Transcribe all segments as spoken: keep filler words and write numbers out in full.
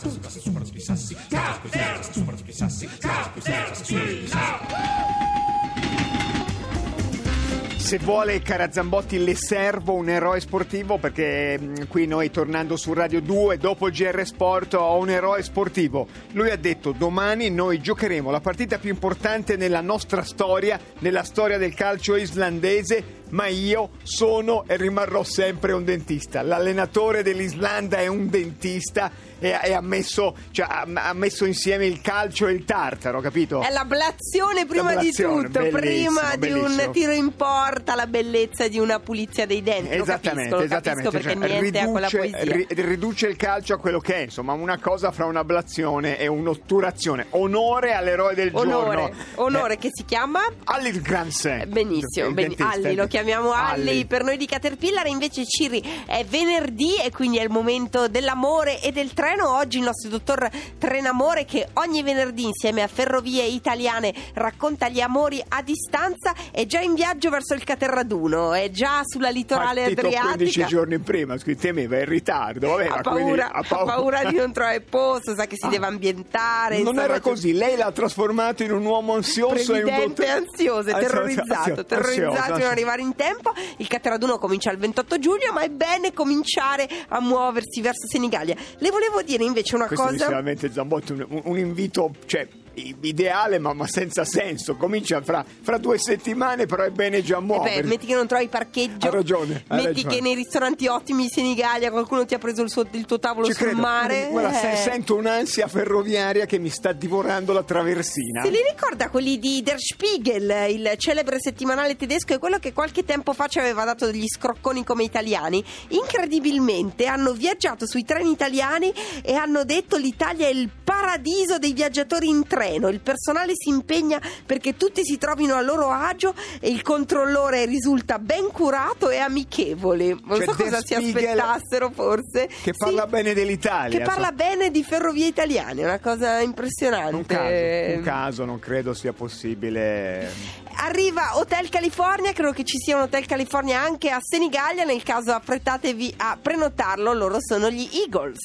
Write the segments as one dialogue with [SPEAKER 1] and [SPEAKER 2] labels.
[SPEAKER 1] Se vuole, cara Zambotti, le servo un eroe sportivo, perché mh, qui noi, tornando su Radio due dopo il G R Sport, ho un eroe sportivo. Lui ha detto: domani noi giocheremo la partita più importante nella nostra storia, nella storia del calcio islandese, ma io sono e rimarrò sempre un dentista. L'allenatore dell'Islanda è un dentista e, e ha, messo, cioè, ha, ha messo insieme il calcio e il tartaro, capito?
[SPEAKER 2] È l'ablazione prima
[SPEAKER 1] L'ablazione,
[SPEAKER 2] di tutto, prima di
[SPEAKER 1] bellissimo.
[SPEAKER 2] un tiro in porta, la bellezza di una pulizia dei denti.
[SPEAKER 1] Esattamente,
[SPEAKER 2] lo capisco,
[SPEAKER 1] esattamente.
[SPEAKER 2] lo capisco, perché
[SPEAKER 1] Cioè,
[SPEAKER 2] niente ha quella
[SPEAKER 1] riduce,
[SPEAKER 2] poesia.
[SPEAKER 1] ri, riduce il calcio a quello che è, insomma, una cosa fra un'ablazione e un'otturazione. Onore all'eroe del
[SPEAKER 2] Onore,
[SPEAKER 1] giorno.
[SPEAKER 2] onore
[SPEAKER 1] eh,
[SPEAKER 2] che si chiama?
[SPEAKER 1] Alli Gransen.
[SPEAKER 2] Benissimo,
[SPEAKER 1] Il
[SPEAKER 2] ben,
[SPEAKER 1] dentista,
[SPEAKER 2] Alli, lo chiamiamo Alli,
[SPEAKER 1] Alli.
[SPEAKER 2] per noi di Caterpillar. Invece, Ciri, è venerdì e quindi è il momento dell'amore e del treno. Oggi il nostro dottor Trenamore, che ogni venerdì insieme a Ferrovie Italiane racconta gli amori a distanza, è già in viaggio verso il Caterraduno, è già sulla litorale
[SPEAKER 1] Partito
[SPEAKER 2] adriatica.
[SPEAKER 1] quindici giorni prima, scusi, temeva il ritardo. Vabbè,
[SPEAKER 2] ha,
[SPEAKER 1] ma
[SPEAKER 2] paura,
[SPEAKER 1] quindi,
[SPEAKER 2] ha paura. paura di non trovare posto, sa che si
[SPEAKER 1] Ah,
[SPEAKER 2] deve ambientare.
[SPEAKER 1] Non
[SPEAKER 2] insomma,
[SPEAKER 1] era così, lei l'ha trasformato in un uomo ansioso e un
[SPEAKER 2] previdente
[SPEAKER 1] dott-
[SPEAKER 2] ansioso,
[SPEAKER 1] Ansioso,
[SPEAKER 2] terrorizzato,
[SPEAKER 1] ansioso,
[SPEAKER 2] terrorizzato
[SPEAKER 1] ansioso.
[SPEAKER 2] di non arrivare in tempo. Il Caterraduno comincia il ventotto giugno, ma è bene cominciare a muoversi verso Senigallia. Le volevo dire invece una
[SPEAKER 1] Questo
[SPEAKER 2] cosa.
[SPEAKER 1] è veramente, Zambotti, un, un invito, cioè, ideale ma, ma senza senso. Comincia fra, fra due settimane, però è bene già muoversi.
[SPEAKER 2] Eh beh, metti che non trovi parcheggio,
[SPEAKER 1] Ha ragione, ha
[SPEAKER 2] metti
[SPEAKER 1] ragione.
[SPEAKER 2] che nei ristoranti ottimi di Senigallia qualcuno ti ha preso il, suo, il tuo tavolo
[SPEAKER 1] Ci
[SPEAKER 2] sul
[SPEAKER 1] credo.
[SPEAKER 2] mare.
[SPEAKER 1] Guarda, se-
[SPEAKER 2] eh.
[SPEAKER 1] sento un'ansia ferroviaria che mi sta divorando la traversina.
[SPEAKER 2] Se li ricorda quelli di Der Spiegel, il celebre settimanale tedesco, è quello che qualche tempo fa ci aveva dato degli scrocconi come italiani? Incredibilmente hanno viaggiato sui treni italiani e hanno detto: l'Italia è il paradiso dei viaggiatori in treno, il personale si impegna perché tutti si trovino a loro agio e il controllore risulta ben curato e amichevole. Non
[SPEAKER 1] Cioè,
[SPEAKER 2] so cosa
[SPEAKER 1] Der
[SPEAKER 2] si
[SPEAKER 1] Spiegel
[SPEAKER 2] aspettassero, forse
[SPEAKER 1] che parla
[SPEAKER 2] Sì,
[SPEAKER 1] bene dell'Italia,
[SPEAKER 2] che parla
[SPEAKER 1] so.
[SPEAKER 2] bene di Ferrovie Italiane, è una cosa impressionante.
[SPEAKER 1] Un caso, un caso, non credo sia possibile.
[SPEAKER 2] Arriva Hotel California, credo che ci sia un Hotel California anche a Senigallia, nel caso affrettatevi a prenotarlo, loro sono gli Eagles.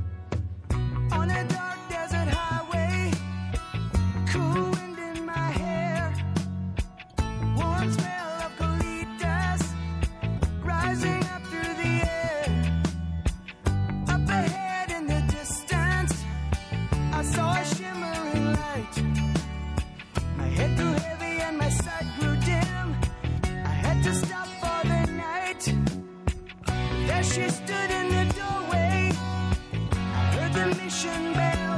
[SPEAKER 3] On a dark desert highway, cool wind in my hair, warm smell of colitas rising up through the air. Up ahead in the distance, I saw a shimmering light. My head grew heavy and my sight grew dim. I had to stop for the night. There she stood in the doorway. The mission bell.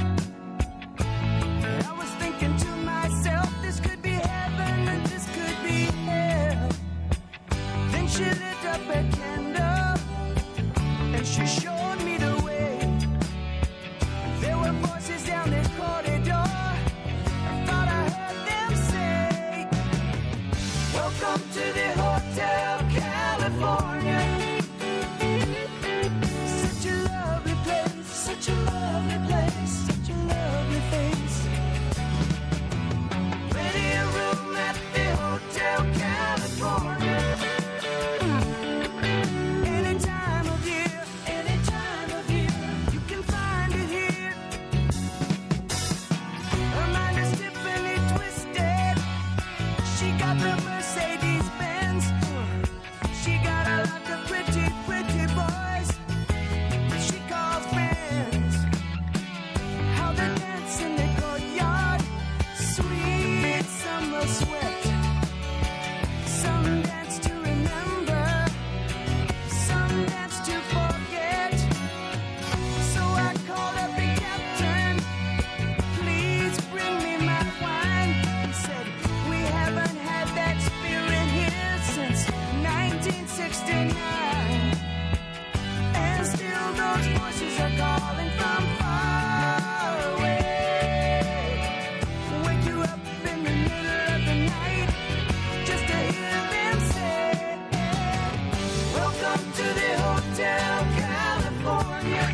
[SPEAKER 3] And I was thinking to myself, this could be heaven and this could be hell. Then she lit up a candle and she showed me the way. There were voices down the corridor. I thought I heard them say, welcome to the Hotel California. Such a lovely place, such a lovely place, such a lovely face. Plenty of room at the Hotel California. Any time of year, any time of year, you can find it here. Her mind is Tiffany twisted. She got the Mercedes Benz. She got a lot of pretty, pretty boys she calls friends. How they dance in the courtyard, sweet summer sweat. Some dance to remember, some dance to forget. So I called up the captain, please bring me my wine. He said, we haven't had that spirit here since nineteen sixty-nine. And still those voices are calling from far away. Wake you up in the middle of the night just to hear them say, welcome to the Hotel California.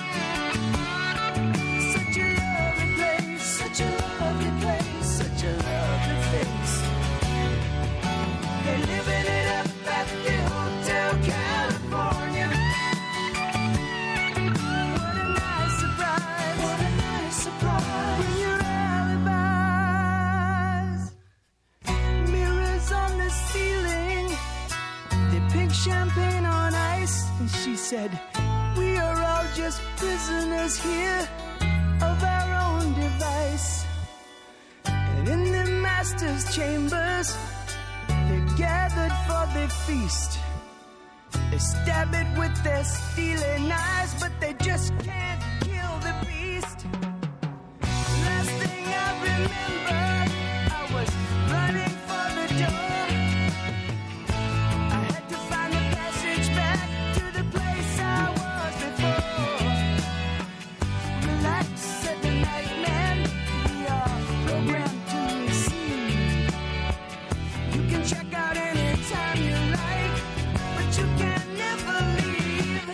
[SPEAKER 3] Such a lovely place, such a lovely place, such a lovely face. They're living it up at the Hotel California. What a nice surprise. said, we are all just prisoners here of our own device. And in the master's chambers, they're gathered for the feast. They stab it with their steely knives, but they just can't kill the beast. Last thing I remember, I was running for the door. I had to find a passage back to the place I was before. Relax, said the night man, we are programmed to receive. You can check out anytime you like, but you can never leave.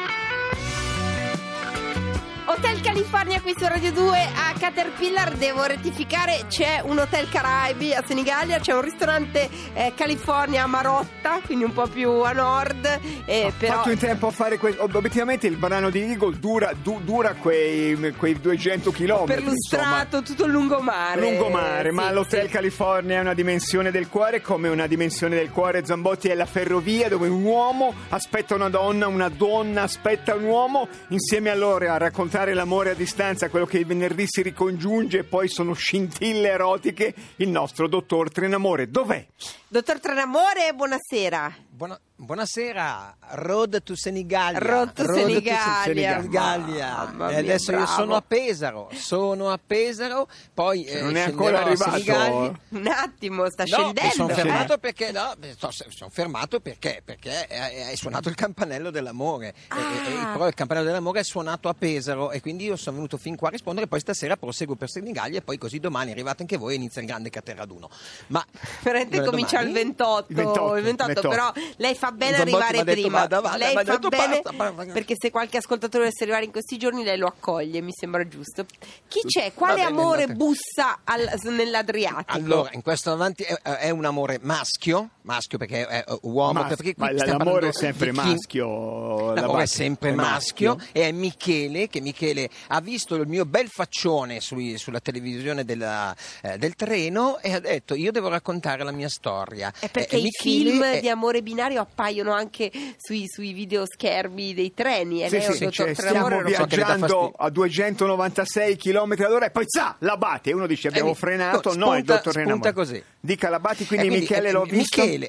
[SPEAKER 2] Hotel California qui su Radio due a Caterpillar. Devo rettificare, c'è un Hotel Caraibi a Senigallia, c'è un ristorante eh, California a Marotta, quindi un po' più a nord. Eh,
[SPEAKER 1] Ho
[SPEAKER 2] però...
[SPEAKER 1] fatto in tempo a fare questo. Obiettivamente il brano di Eagle dura, du- dura quei, quei duecento chilometri.
[SPEAKER 2] Perlustrato tutto il lungomare.
[SPEAKER 1] Lungomare,
[SPEAKER 2] Sì,
[SPEAKER 1] ma l'Hotel
[SPEAKER 2] sì.
[SPEAKER 1] California è una dimensione del cuore, come una dimensione del cuore Zambotti è la ferrovia, dove un uomo aspetta una donna, una donna aspetta un uomo, insieme a loro a raccontare l'amore a distanza, quello che il venerdì si ricongiunge e poi sono scintille erotiche. Il nostro dottor Trenamore, dov'è?
[SPEAKER 2] Dottor Trenamore, buonasera.
[SPEAKER 4] Buona- buonasera, Road to Senigallia.
[SPEAKER 2] Road to Senigallia.
[SPEAKER 4] Senigallia.
[SPEAKER 2] Mamma
[SPEAKER 4] E
[SPEAKER 2] mia,
[SPEAKER 4] adesso io
[SPEAKER 2] bravo.
[SPEAKER 4] sono a Pesaro, sono a Pesaro, poi eh,
[SPEAKER 1] Non è ancora
[SPEAKER 4] scenderò a
[SPEAKER 1] arrivato.
[SPEAKER 4] Senigallia.
[SPEAKER 2] Un attimo, sta
[SPEAKER 4] No,
[SPEAKER 2] scendendo.
[SPEAKER 4] mi sono
[SPEAKER 2] eh.
[SPEAKER 4] fermato perché no, mi sto- sono fermato perché perché hai suonato il campanello dell'amore.
[SPEAKER 2] Ah.
[SPEAKER 4] E- e- e- però il campanello dell'amore è suonato a Pesaro e quindi io sono venuto fin qua a rispondere, poi stasera proseguo per Senigallia e poi così domani arrivate anche voi e inizia il grande Caterraduno. Ma
[SPEAKER 2] Veramente
[SPEAKER 4] non è
[SPEAKER 2] comincia il
[SPEAKER 4] domani?
[SPEAKER 2] ventotto,
[SPEAKER 1] Il ventotto,
[SPEAKER 2] il ventotto,
[SPEAKER 1] ventotto.
[SPEAKER 2] però lei fa bene
[SPEAKER 4] Zambotti
[SPEAKER 2] arrivare
[SPEAKER 4] m'ha detto,
[SPEAKER 2] prima.
[SPEAKER 4] vada, vada,
[SPEAKER 2] lei
[SPEAKER 4] m'ha
[SPEAKER 2] fa
[SPEAKER 4] detto,
[SPEAKER 2] bene
[SPEAKER 4] basta, basta.
[SPEAKER 2] perché se qualche ascoltatore dovesse arrivare in questi giorni lei lo accoglie, mi sembra giusto. Chi c'è?
[SPEAKER 4] Va
[SPEAKER 2] Quale
[SPEAKER 4] bene,
[SPEAKER 2] amore
[SPEAKER 4] andate.
[SPEAKER 2] bussa al- nell'Adriatico?
[SPEAKER 4] Allora, in questo avanti è, è un amore maschio, maschio perché è uh, uomo,
[SPEAKER 1] Mas-
[SPEAKER 4] perché qui
[SPEAKER 1] ma
[SPEAKER 4] stiamo
[SPEAKER 1] l'amore
[SPEAKER 4] parlando
[SPEAKER 1] è sempre
[SPEAKER 4] di chi-
[SPEAKER 1] maschio.
[SPEAKER 4] L'amore
[SPEAKER 1] Labate.
[SPEAKER 4] è sempre maschio, e è Michele, che Michele ha visto il mio bel faccione sui- sulla televisione della, eh, del treno e ha detto io devo raccontare la mia storia.
[SPEAKER 2] È perché
[SPEAKER 4] Eh,
[SPEAKER 2] i
[SPEAKER 4] Michele
[SPEAKER 2] film
[SPEAKER 4] è-
[SPEAKER 2] di amore binario appaiono anche sui, sui videoschermi dei treni. E
[SPEAKER 1] Sì,
[SPEAKER 2] lei,
[SPEAKER 1] sì,
[SPEAKER 2] il
[SPEAKER 1] sì,
[SPEAKER 2] dottor
[SPEAKER 1] cioè,
[SPEAKER 2] Trenamore,
[SPEAKER 1] stiamo
[SPEAKER 4] non so che le dà
[SPEAKER 1] viaggiando
[SPEAKER 4] fastidio.
[SPEAKER 1] a duecentonovantasei chilometri all'ora e poi za, Labate. E uno dice abbiamo
[SPEAKER 4] Eh, mi-
[SPEAKER 1] frenato,
[SPEAKER 4] spunta-
[SPEAKER 1] no, il dottor
[SPEAKER 4] spunta
[SPEAKER 1] Trenamore.
[SPEAKER 4] così.
[SPEAKER 1] Dica Labate, quindi,
[SPEAKER 4] E quindi,
[SPEAKER 1] Michele
[SPEAKER 4] eh,
[SPEAKER 1] l'ho visto.
[SPEAKER 4] Michele,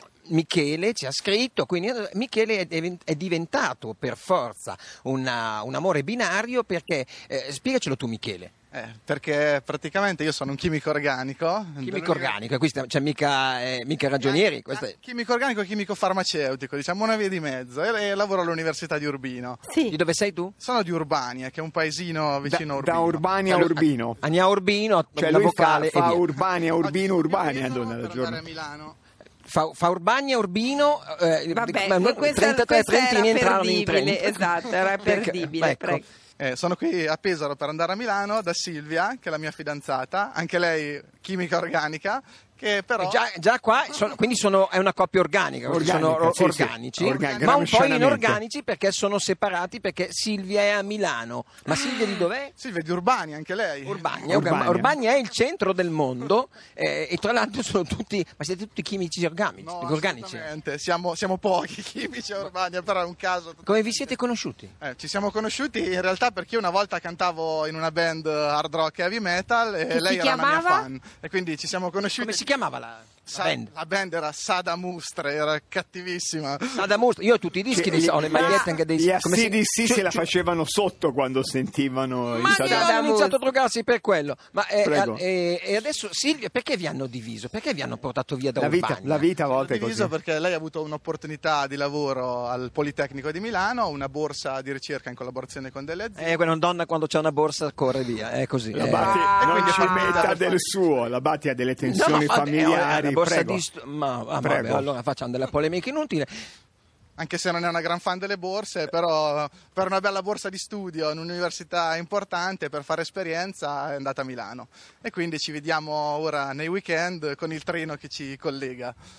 [SPEAKER 4] Michele ci ha scritto, quindi eh, Michele è, diven- è diventato per forza una- un amore binario perché, eh, spiegacelo tu Michele.
[SPEAKER 5] Eh, perché praticamente io sono un chimico organico.
[SPEAKER 4] Chimico organico, e qui stiamo- c'è mica, eh, mica ragionieri. questo è-
[SPEAKER 5] Eh, Chimico organico e chimico farmaceutico, diciamo una via di mezzo. E, e lavoro all'Università di Urbino.
[SPEAKER 2] Sì.
[SPEAKER 4] Di dove sei tu?
[SPEAKER 5] Sono di Urbania, che è un paesino vicino a
[SPEAKER 1] Da, da
[SPEAKER 5] Urbino.
[SPEAKER 1] Urbani a
[SPEAKER 4] Allora,
[SPEAKER 1] Urbino.
[SPEAKER 4] Anni a Urbino,
[SPEAKER 1] Cioè
[SPEAKER 4] la
[SPEAKER 1] lui fa,
[SPEAKER 4] vocale
[SPEAKER 1] fa
[SPEAKER 4] e via.
[SPEAKER 1] Urbania, Urbino,
[SPEAKER 5] Oggi
[SPEAKER 1] Urbania,
[SPEAKER 5] io
[SPEAKER 1] donna
[SPEAKER 5] sono
[SPEAKER 1] del
[SPEAKER 5] per andare
[SPEAKER 1] giorno.
[SPEAKER 5] a Milano.
[SPEAKER 4] Fa, fa Urbania, Urbino, eh,
[SPEAKER 2] Vabbè,
[SPEAKER 4] ma-
[SPEAKER 2] questa,
[SPEAKER 4] trentatré
[SPEAKER 2] questa era
[SPEAKER 4] trentini entrarono in
[SPEAKER 2] perdibile,
[SPEAKER 4] treno.
[SPEAKER 2] esatto, era
[SPEAKER 4] Perché-
[SPEAKER 2] perdibile.
[SPEAKER 4] ecco.
[SPEAKER 2] prego.
[SPEAKER 5] Eh, sono qui a Pesaro per andare a Milano da Silvia, che è la mia fidanzata, anche lei chimica organica, che però...
[SPEAKER 4] E Già, già qua, sono- quindi sono, è una coppia organica, questi
[SPEAKER 1] Organica,
[SPEAKER 4] sono or-
[SPEAKER 1] sì, sì.
[SPEAKER 4] organici,
[SPEAKER 1] Orga-
[SPEAKER 4] ma un po'
[SPEAKER 1] gramscianamente.
[SPEAKER 4] inorganici perché sono separati, perché Silvia è a Milano. Ma Silvia di dov'è?
[SPEAKER 5] Silvia di Urbania, anche lei.
[SPEAKER 4] Urbania.
[SPEAKER 1] Urbania.
[SPEAKER 4] Urbania è il centro del mondo eh, e tra l'altro sono tutti, ma siete tutti chimici organici?
[SPEAKER 5] No,
[SPEAKER 4] organici.
[SPEAKER 5] assolutamente. Siamo, siamo pochi chimici a Urbania, però è un caso...
[SPEAKER 4] Come vi siete conosciuti?
[SPEAKER 5] Eh, ci siamo conosciuti in realtà perché io una volta cantavo in una band hard rock e heavy metal e
[SPEAKER 2] Che
[SPEAKER 5] lei
[SPEAKER 2] si
[SPEAKER 5] era una mia
[SPEAKER 2] chiamava?
[SPEAKER 5] fan e quindi ci siamo conosciuti.
[SPEAKER 4] Come si chiamava la, la
[SPEAKER 5] Sa-
[SPEAKER 4] band?
[SPEAKER 5] La band era Sada Mustre, era cattivissima.
[SPEAKER 4] Sada Mustra. Io ho tutti i dischi,
[SPEAKER 1] Che-
[SPEAKER 4] di- ho le magliette anche dei...
[SPEAKER 1] Gli
[SPEAKER 4] come si-
[SPEAKER 1] A C D C
[SPEAKER 4] Cioè-
[SPEAKER 1] se la
[SPEAKER 4] cioè-
[SPEAKER 1] facevano sotto quando sentivano i
[SPEAKER 4] Ma
[SPEAKER 1] Saddam-
[SPEAKER 4] io hanno iniziato a drogarsi per quello. Ma eh,
[SPEAKER 1] Prego.
[SPEAKER 4] eh, e adesso Silvia, perché vi hanno diviso? Perché vi hanno portato via da
[SPEAKER 1] la vita,
[SPEAKER 4] Urbania?
[SPEAKER 1] la vita a volte è
[SPEAKER 5] diviso
[SPEAKER 1] così.
[SPEAKER 5] perché lei ha avuto un'opportunità di lavoro al Politecnico di Milano, una borsa di ricerca in collaborazione con delle aziende.
[SPEAKER 4] Eh, quella donna quando c'è una borsa corre via, è così.
[SPEAKER 1] La
[SPEAKER 4] eh.
[SPEAKER 1] Batti
[SPEAKER 2] Ah,
[SPEAKER 1] non
[SPEAKER 5] quindi
[SPEAKER 1] ci
[SPEAKER 5] è partita
[SPEAKER 1] metta
[SPEAKER 5] per
[SPEAKER 1] del
[SPEAKER 5] fare-
[SPEAKER 1] suo, la Batti ha delle
[SPEAKER 4] No,
[SPEAKER 1] tensioni
[SPEAKER 4] ma- eh,
[SPEAKER 1] familiari.
[SPEAKER 4] la borsa
[SPEAKER 1] Prego.
[SPEAKER 4] di st- ma, ah, vabbè,
[SPEAKER 1] Prego.
[SPEAKER 4] allora facciamo delle polemiche inutili.
[SPEAKER 5] Anche se non è una gran fan delle borse, però per una bella borsa di studio in un'università importante, per fare esperienza, è andata a Milano. E quindi ci vediamo ora nei weekend con il treno che ci collega.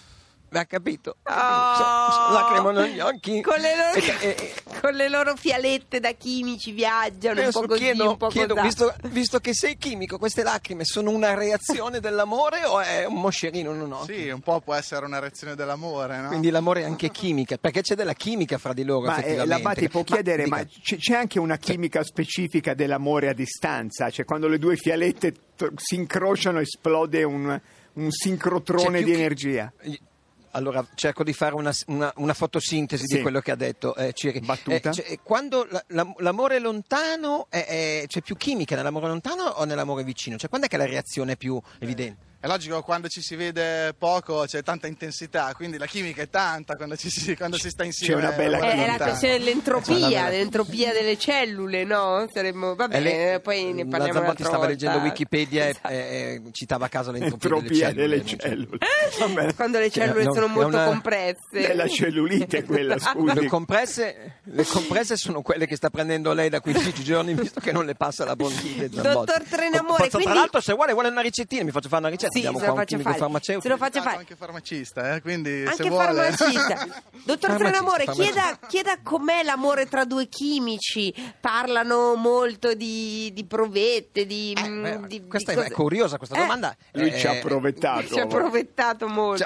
[SPEAKER 4] ha capito?
[SPEAKER 2] Oh.
[SPEAKER 4] Lacrimano negli occhi.
[SPEAKER 2] Con le loro,
[SPEAKER 4] E- e- e-
[SPEAKER 2] con le loro fialette da chimici viaggiano un
[SPEAKER 4] Adesso
[SPEAKER 2] po' così,
[SPEAKER 4] chiedo,
[SPEAKER 2] un po'
[SPEAKER 4] chiedo,
[SPEAKER 2] cosà.
[SPEAKER 4] visto, visto che sei chimico, queste lacrime sono una reazione dell'amore o è un moscerino in un occhio?
[SPEAKER 5] Sì, un po' può essere una reazione dell'amore, no?
[SPEAKER 4] Quindi l'amore è anche chimica, perché c'è della chimica fra di loro,
[SPEAKER 1] Ma eh,
[SPEAKER 4] effettivamente.
[SPEAKER 1] L'Abbati può chiedere, ma,
[SPEAKER 4] dica.
[SPEAKER 1] c'è, c'è anche una chimica specifica dell'amore a distanza? Cioè quando le due fialette to- si incrociano esplode un, un sincrotrone
[SPEAKER 4] C'è più
[SPEAKER 1] di
[SPEAKER 4] chi-
[SPEAKER 1] energia?
[SPEAKER 4] Allora cerco di fare una, una- una fotosintesi
[SPEAKER 1] Sì.
[SPEAKER 4] di quello che ha detto eh, Ciri.
[SPEAKER 1] Battuta.
[SPEAKER 4] Eh, cioè, quando la- la- l'amore lontano è, è- c'è più chimica nell'amore lontano o nell'amore vicino? Cioè quando è che la reazione è più evidente?
[SPEAKER 5] È logico, quando ci si vede poco c'è tanta intensità, quindi la chimica è tanta quando, ci si, quando si sta insieme.
[SPEAKER 1] C'è una bella
[SPEAKER 2] È,
[SPEAKER 5] l'amore
[SPEAKER 2] è la
[SPEAKER 1] chimica.
[SPEAKER 5] lontano.
[SPEAKER 2] questione
[SPEAKER 4] C'è una
[SPEAKER 2] dell'entropia,
[SPEAKER 4] bella-
[SPEAKER 2] dell'entropia delle cellule, no? Saremmo, vabbè,
[SPEAKER 4] E lei-
[SPEAKER 2] eh, poi ne
[SPEAKER 4] la
[SPEAKER 2] parliamo
[SPEAKER 4] Zambotti
[SPEAKER 2] un'altra
[SPEAKER 4] stava
[SPEAKER 2] volta.
[SPEAKER 4] leggendo Wikipedia e
[SPEAKER 2] Esatto.
[SPEAKER 4] e- e citava a caso l'entropia
[SPEAKER 1] Entropia
[SPEAKER 4] delle
[SPEAKER 1] delle
[SPEAKER 4] cellule.
[SPEAKER 1] cellule. Vabbè.
[SPEAKER 2] Quando le cellule
[SPEAKER 4] no,
[SPEAKER 2] sono
[SPEAKER 4] è
[SPEAKER 2] molto
[SPEAKER 4] una-
[SPEAKER 2] compresse.
[SPEAKER 1] È la cellulite quella, scusi.
[SPEAKER 4] Le compresse, le compresse sono quelle che sta prendendo lei da quindici giorni, visto che non le passa la bontite. Zambotti.
[SPEAKER 2] Dottor Trenamore,
[SPEAKER 4] Posso-
[SPEAKER 2] quindi-
[SPEAKER 4] Tra l'altro, se vuole, vuole una ricettina, mi faccio fare una ricetta.
[SPEAKER 2] Sì,
[SPEAKER 4] Abbiamo
[SPEAKER 2] se
[SPEAKER 4] qua
[SPEAKER 2] lo
[SPEAKER 4] un
[SPEAKER 2] faccia
[SPEAKER 4] chimico
[SPEAKER 2] fare.
[SPEAKER 4] farmaceutico.
[SPEAKER 2] Se lo faccia
[SPEAKER 5] È
[SPEAKER 2] fare.
[SPEAKER 5] anche farmacista, eh, quindi se
[SPEAKER 2] Anche
[SPEAKER 5] vuole...
[SPEAKER 2] farmacista. Dottor
[SPEAKER 4] Farmacista,
[SPEAKER 2] Trenamore,
[SPEAKER 4] farmacista.
[SPEAKER 2] chieda, chieda com'è l'amore tra due chimici. Parlano molto di, di provette, di,
[SPEAKER 4] Eh,
[SPEAKER 2] mm,
[SPEAKER 4] beh,
[SPEAKER 2] di-
[SPEAKER 4] questa
[SPEAKER 2] di
[SPEAKER 4] è
[SPEAKER 2] cose-
[SPEAKER 4] curiosa questa
[SPEAKER 2] Eh,
[SPEAKER 4] domanda.
[SPEAKER 1] Lui
[SPEAKER 4] Eh,
[SPEAKER 1] ci ha approvettato.
[SPEAKER 2] Ci ha approvettato molto.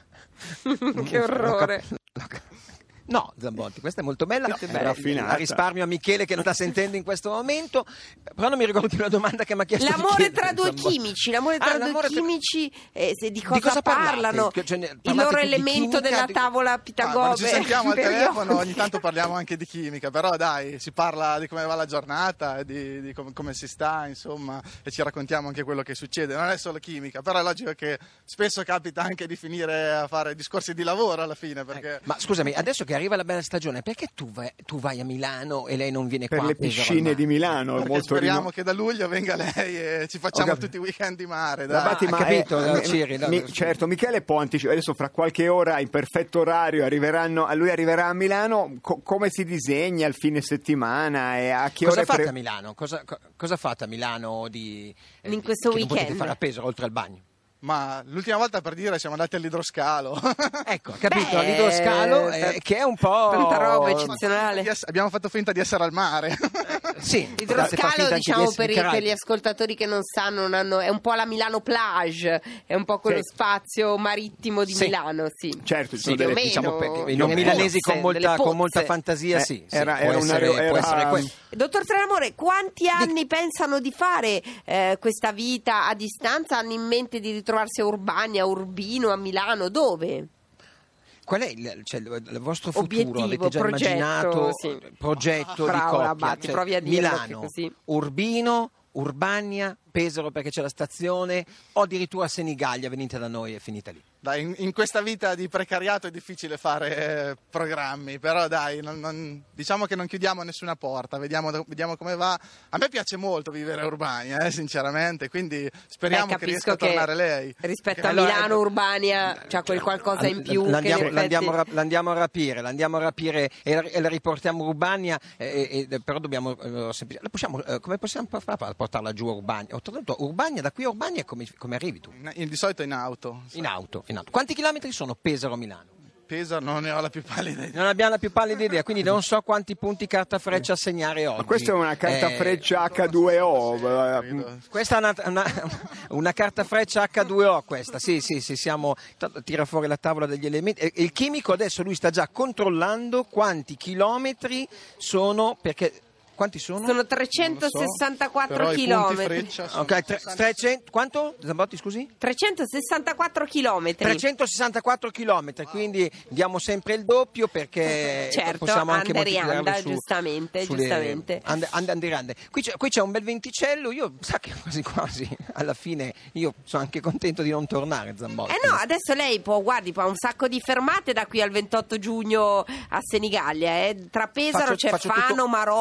[SPEAKER 4] Cioè-
[SPEAKER 2] Che orrore.
[SPEAKER 4] L'ho cap- No, Zambotti, questa è molto bella.
[SPEAKER 1] Questa è
[SPEAKER 4] Eh,
[SPEAKER 1] raffinata.
[SPEAKER 4] La risparmio a Michele che non sta sentendo in questo momento. Però non mi ricordo più la domanda che mi ha chiesto. di
[SPEAKER 2] L'amore
[SPEAKER 4] chiedere,
[SPEAKER 2] tra due
[SPEAKER 4] Zambotti.
[SPEAKER 2] chimici, l'amore tra
[SPEAKER 4] Ah,
[SPEAKER 2] due
[SPEAKER 4] l'amore tra-
[SPEAKER 2] chimici, eh, se di cosa,
[SPEAKER 4] cosa parlate?
[SPEAKER 2] parlano?
[SPEAKER 4] Che- cioè, ne-
[SPEAKER 2] Il
[SPEAKER 4] parlate
[SPEAKER 2] loro
[SPEAKER 4] più di
[SPEAKER 2] elemento
[SPEAKER 4] chimica,
[SPEAKER 2] della
[SPEAKER 4] di-
[SPEAKER 2] tavola
[SPEAKER 5] Ah,
[SPEAKER 2] Pitagore.
[SPEAKER 5] quando ci sentiamo al
[SPEAKER 2] periodico.
[SPEAKER 5] telefono ogni tanto parliamo anche di chimica, però dai, si parla di come va la giornata, di, di com- come si sta, insomma, e ci raccontiamo anche quello che succede. Non è solo chimica, però è logico che spesso capita anche di finire a fare discorsi di lavoro alla fine, perché...
[SPEAKER 4] Ma scusami, adesso che arriva la bella stagione, perché tu vai, tu vai a Milano e lei non viene
[SPEAKER 1] Per
[SPEAKER 4] qua?
[SPEAKER 1] le
[SPEAKER 4] a Pesaro al
[SPEAKER 1] piscine
[SPEAKER 4] mare?
[SPEAKER 1] di Milano,
[SPEAKER 5] Perché
[SPEAKER 1] molto
[SPEAKER 5] speriamo
[SPEAKER 1] rino-
[SPEAKER 5] che da luglio venga lei e ci facciamo
[SPEAKER 4] Ho capito.
[SPEAKER 5] tutti i weekend di mare. Dai.
[SPEAKER 1] L'Abbati,
[SPEAKER 4] ha
[SPEAKER 1] ma
[SPEAKER 4] capito,
[SPEAKER 1] eh,
[SPEAKER 4] eh, Ciri, no,
[SPEAKER 1] mi-
[SPEAKER 4] no.
[SPEAKER 1] certo, Michele può anticipare. Adesso fra qualche ora in perfetto orario arriveranno, a lui arriverà a Milano. Co- come si disegna il fine settimana e a che
[SPEAKER 4] Cosa
[SPEAKER 1] ore
[SPEAKER 4] fate
[SPEAKER 1] pre-
[SPEAKER 4] a Milano? Cosa, co- cosa fate a Milano di, eh,
[SPEAKER 2] In questo
[SPEAKER 4] che non potete
[SPEAKER 2] weekend?
[SPEAKER 4] fare a Pesaro oltre al bagno?
[SPEAKER 5] Ma l'ultima volta, per dire, siamo andati all'idroscalo.
[SPEAKER 4] Ecco, capito,
[SPEAKER 2] Beh,
[SPEAKER 4] all'idroscalo eh,
[SPEAKER 2] per-
[SPEAKER 4] che è un po'...
[SPEAKER 2] tanta roba eccezionale.
[SPEAKER 5] Di ess- abbiamo fatto finta di essere al mare.
[SPEAKER 4] Sì, avete fatto
[SPEAKER 2] L'idroscalo,
[SPEAKER 4] finta anche di
[SPEAKER 2] diciamo,
[SPEAKER 4] essere
[SPEAKER 2] per, i-
[SPEAKER 4] Caraibi.
[SPEAKER 2] per gli ascoltatori che non sanno, non hanno- è un po' la Milano Plage, è un po' quello
[SPEAKER 1] Sì.
[SPEAKER 2] spazio marittimo di
[SPEAKER 4] Sì.
[SPEAKER 2] Milano, sì.
[SPEAKER 1] Certo, ci
[SPEAKER 4] Sì,
[SPEAKER 1] sono
[SPEAKER 2] più o
[SPEAKER 1] delle-
[SPEAKER 2] meno.
[SPEAKER 4] diciamo per, i
[SPEAKER 2] delle
[SPEAKER 4] non milanesi con
[SPEAKER 2] pozze, delle
[SPEAKER 4] molta, con
[SPEAKER 2] pozze.
[SPEAKER 4] molta fantasia,
[SPEAKER 1] Eh,
[SPEAKER 4] sì, sì,
[SPEAKER 1] era-
[SPEAKER 4] può,
[SPEAKER 1] era una-
[SPEAKER 4] essere, può
[SPEAKER 1] era-
[SPEAKER 4] essere questo.
[SPEAKER 2] Dottor Trenamore, quanti anni pensano di fare eh, questa vita a distanza? Hanno in mente di ritrovarsi a Urbania, a Urbino, a Milano? Dove?
[SPEAKER 4] Qual è il, cioè, il- il vostro futuro?
[SPEAKER 2] Obiettivo,
[SPEAKER 4] Avete già
[SPEAKER 2] progetto,
[SPEAKER 4] immaginato
[SPEAKER 2] sì.
[SPEAKER 4] progetto
[SPEAKER 2] Bravo,
[SPEAKER 4] di coppia?
[SPEAKER 2] Labatti,
[SPEAKER 4] Cioè,
[SPEAKER 2] provi a dirlo che
[SPEAKER 4] Milano,
[SPEAKER 2] così.
[SPEAKER 4] Urbino, Urbania, Pesaro perché c'è la stazione o addirittura Senigallia, venite da noi e finita lì.
[SPEAKER 5] Dai, in, in questa vita di precariato è difficile fare eh, programmi, però dai, non- non- diciamo che non chiudiamo nessuna porta, vediamo, vediamo come va. A me piace molto vivere a Urbania, eh, sinceramente, quindi speriamo
[SPEAKER 2] Beh,
[SPEAKER 5] che riesca
[SPEAKER 2] capisco
[SPEAKER 5] a tornare lei.
[SPEAKER 2] rispetto
[SPEAKER 5] Che-
[SPEAKER 2] a
[SPEAKER 4] allora,
[SPEAKER 2] Milano,
[SPEAKER 4] eh,
[SPEAKER 2] Urbania, c'ha quel qualcosa in più.
[SPEAKER 4] L'andiamo,
[SPEAKER 2] che in
[SPEAKER 4] l'andiamo,
[SPEAKER 2] effetti-
[SPEAKER 4] ra- l'andiamo a rapire, l'andiamo a rapire e la, e la riportiamo a Urbania, eh, eh, però dobbiamo, eh, semplice- la possiamo, eh, come possiamo fare per portarla giù a Urbania? Oltretutto, Urbania, da qui a Urbania come, come arrivi tu?
[SPEAKER 5] In- in- di solito in auto.
[SPEAKER 4] In auto, in auto. Quanti chilometri sono Pesaro-Milano?
[SPEAKER 5] Pesa, non ne ho la più pallida idea.
[SPEAKER 4] Non abbiamo la più pallida idea, quindi non so quanti punti carta freccia assegnare oggi.
[SPEAKER 1] Ma questa è una carta
[SPEAKER 4] Eh,
[SPEAKER 1] freccia acca due o. eh,
[SPEAKER 5] Credo.
[SPEAKER 4] Questa è una, una- una carta freccia acca due o questa, sì sì sì, siamo, tira fuori la tavola degli elementi. E il chimico adesso lui sta già controllando quanti chilometri sono, perché quanti sono?
[SPEAKER 2] Sono trecentosessantaquattro
[SPEAKER 5] Però i punti
[SPEAKER 2] chilometri.
[SPEAKER 5] freccia sono
[SPEAKER 4] Ok, tre- trecento, quanto? Zambotti, scusi?
[SPEAKER 2] trecentosessantaquattro chilometri.
[SPEAKER 4] trecentosessantaquattro chilometri, quindi diamo sempre il doppio perché
[SPEAKER 2] Certo,
[SPEAKER 4] possiamo anche
[SPEAKER 2] ande
[SPEAKER 4] moltiplicarlo
[SPEAKER 2] rianda,
[SPEAKER 4] su,
[SPEAKER 2] giustamente,
[SPEAKER 4] sulle-
[SPEAKER 2] giustamente.
[SPEAKER 4] ande- ande- ande riande. Qui c'è, qui c'è un bel venticello, io sa che quasi quasi alla fine io sono anche contento di non tornare, Zambotti.
[SPEAKER 2] Eh no, adesso lei può, guardi, può ha un sacco di fermate da qui al ventotto giugno a Senigallia. Eh. Tra Pesaro
[SPEAKER 4] Faccio-
[SPEAKER 2] c'è
[SPEAKER 4] faccio
[SPEAKER 2] Fano,
[SPEAKER 4] tutto-
[SPEAKER 2] Marotta,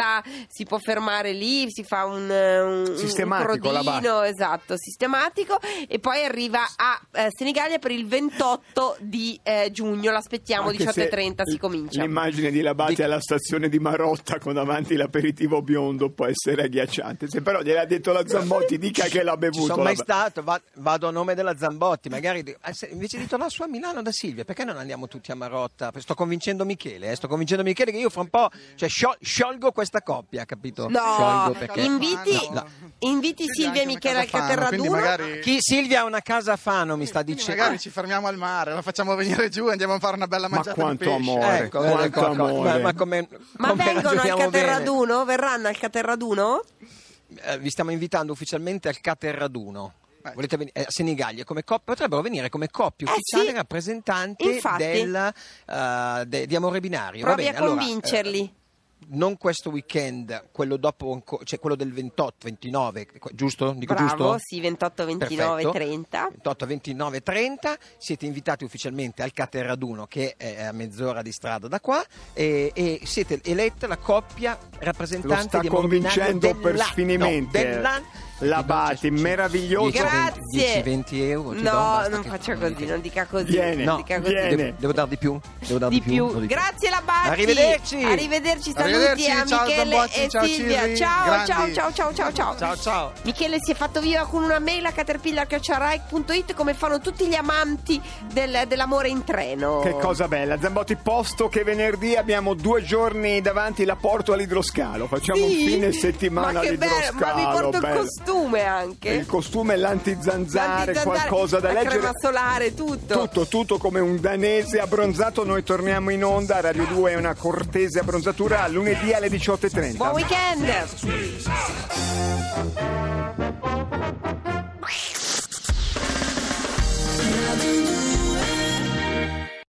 [SPEAKER 2] sta, si può fermare lì, si fa un, un, un
[SPEAKER 1] Sistematico, la
[SPEAKER 2] crodino, esatto, sistematico, e poi arriva a eh, Senigallia per il ventotto di eh, giugno. L'aspettiamo,
[SPEAKER 1] Anche
[SPEAKER 2] diciotto e
[SPEAKER 1] se
[SPEAKER 2] trenta si comincia.
[SPEAKER 1] L'immagine di Labate
[SPEAKER 4] Di-
[SPEAKER 1] alla stazione di Marotta con davanti l'aperitivo biondo può essere agghiacciante. Se però gliel'ha detto la Zambotti, dica che l'ha
[SPEAKER 4] Ci
[SPEAKER 1] bevuto.
[SPEAKER 4] sono mai
[SPEAKER 1] la-
[SPEAKER 4] stato, va- vado a nome della Zambotti, magari eh, se- invece di tornare su a Milano da Silvia, perché non andiamo tutti a Marotta? Sto convincendo Michele, eh, sto convincendo Michele che io fra un po', cioè, sciol- sciolgo questa coppia, capito?
[SPEAKER 2] No,
[SPEAKER 4] Sciolgo perché...
[SPEAKER 2] inviti,
[SPEAKER 5] No.
[SPEAKER 2] inviti
[SPEAKER 5] Quindi
[SPEAKER 2] Silvia e
[SPEAKER 5] anche una
[SPEAKER 2] Michele al
[SPEAKER 5] casa Fano, quindi
[SPEAKER 2] Caterraduno.
[SPEAKER 5] magari-
[SPEAKER 4] Chi Silvia ha una casa a Fano, mi sta
[SPEAKER 5] Quindi
[SPEAKER 4] dicendo.
[SPEAKER 5] magari ci fermiamo al mare, la facciamo venire giù e andiamo a fare una bella
[SPEAKER 1] Ma
[SPEAKER 5] mangiata
[SPEAKER 1] quanto
[SPEAKER 5] di pesce.
[SPEAKER 1] amore.
[SPEAKER 4] Ecco,
[SPEAKER 1] Quanto
[SPEAKER 4] ecco, ecco,
[SPEAKER 1] amore.
[SPEAKER 4] ma, ma come,
[SPEAKER 2] Ma
[SPEAKER 4] come
[SPEAKER 2] vengono al
[SPEAKER 4] ragioniamo bene?
[SPEAKER 2] Caterraduno? Verranno al Caterraduno?
[SPEAKER 4] Eh, vi stiamo invitando ufficialmente al Caterraduno.
[SPEAKER 5] Eh.
[SPEAKER 4] Volete venire a Senigallia come coppia? Potrebbero venire come coppia
[SPEAKER 2] Eh
[SPEAKER 4] ufficiale
[SPEAKER 2] sì.
[SPEAKER 4] rappresentante
[SPEAKER 2] Infatti.
[SPEAKER 4] del, eh, de- di Amore Binario. Va
[SPEAKER 2] Provi
[SPEAKER 4] bene,
[SPEAKER 2] a
[SPEAKER 4] allora,
[SPEAKER 2] convincerli.
[SPEAKER 4] eh, non questo weekend, quello dopo, anco- cioè quello del ventotto ventinove, giusto? Dico
[SPEAKER 2] Bravo,
[SPEAKER 4] giusto?
[SPEAKER 2] sì, ventotto, ventinove,
[SPEAKER 4] Perfetto.
[SPEAKER 2] trenta.
[SPEAKER 4] ventotto, ventinove, trenta, siete invitati ufficialmente al Caterraduno, che è a mezz'ora di strada da qua, e, e siete eletta la coppia rappresentante
[SPEAKER 1] Lo sta
[SPEAKER 4] di Amore Binario
[SPEAKER 1] convincendo per
[SPEAKER 4] dell'anno,
[SPEAKER 1] sfinimenti,
[SPEAKER 4] dell'anno.
[SPEAKER 1] Labate,
[SPEAKER 4] Ti do-
[SPEAKER 1] meraviglioso.
[SPEAKER 4] dieci, venti,
[SPEAKER 2] Grazie.
[SPEAKER 4] dieci, venti euro. ti do,
[SPEAKER 2] No,
[SPEAKER 4] basta
[SPEAKER 2] non
[SPEAKER 4] che-
[SPEAKER 2] faccia così, non dica così.
[SPEAKER 1] Viene,
[SPEAKER 2] non
[SPEAKER 4] No,
[SPEAKER 2] dica così.
[SPEAKER 1] viene.
[SPEAKER 4] Devo, devo dar di più? Devo dar
[SPEAKER 2] Di
[SPEAKER 4] di,
[SPEAKER 2] più.
[SPEAKER 4] O di
[SPEAKER 2] Grazie Labatti.
[SPEAKER 4] Arrivederci.
[SPEAKER 2] Arrivederci, saluti
[SPEAKER 5] Arrivederci,
[SPEAKER 2] a
[SPEAKER 5] ciao
[SPEAKER 2] Michele
[SPEAKER 5] Zambotti,
[SPEAKER 2] e
[SPEAKER 5] ciao
[SPEAKER 2] Silvia.
[SPEAKER 5] Cirri,
[SPEAKER 2] Ciao,
[SPEAKER 5] grandi.
[SPEAKER 2] ciao, ciao, ciao, ciao, ciao.
[SPEAKER 4] Ciao, ciao.
[SPEAKER 2] Michele si è fatto viva con una mail a caterpillar chiocciola rai punto it, come fanno tutti gli amanti del- dell'amore in treno.
[SPEAKER 1] Che cosa bella, Zambotti, posto che venerdì abbiamo due giorni davanti, la porto all'idroscalo, facciamo
[SPEAKER 2] Sì?
[SPEAKER 1] un fine settimana
[SPEAKER 2] Ma che bello,
[SPEAKER 1] all'idroscalo.
[SPEAKER 2] ma mi porto il
[SPEAKER 1] bello.
[SPEAKER 2] costume anche.
[SPEAKER 1] Il costume, l'antizanzare,
[SPEAKER 2] L'antizanzare,
[SPEAKER 1] qualcosa da
[SPEAKER 2] la
[SPEAKER 1] leggere.
[SPEAKER 2] crema solare, tutto.
[SPEAKER 1] Tutto, tutto come un danese abbronzato. Noi torniamo in onda, Radio due è una cortese abbronzatura, lunedì alle diciotto e trenta.
[SPEAKER 2] Buon weekend.
[SPEAKER 3] Radio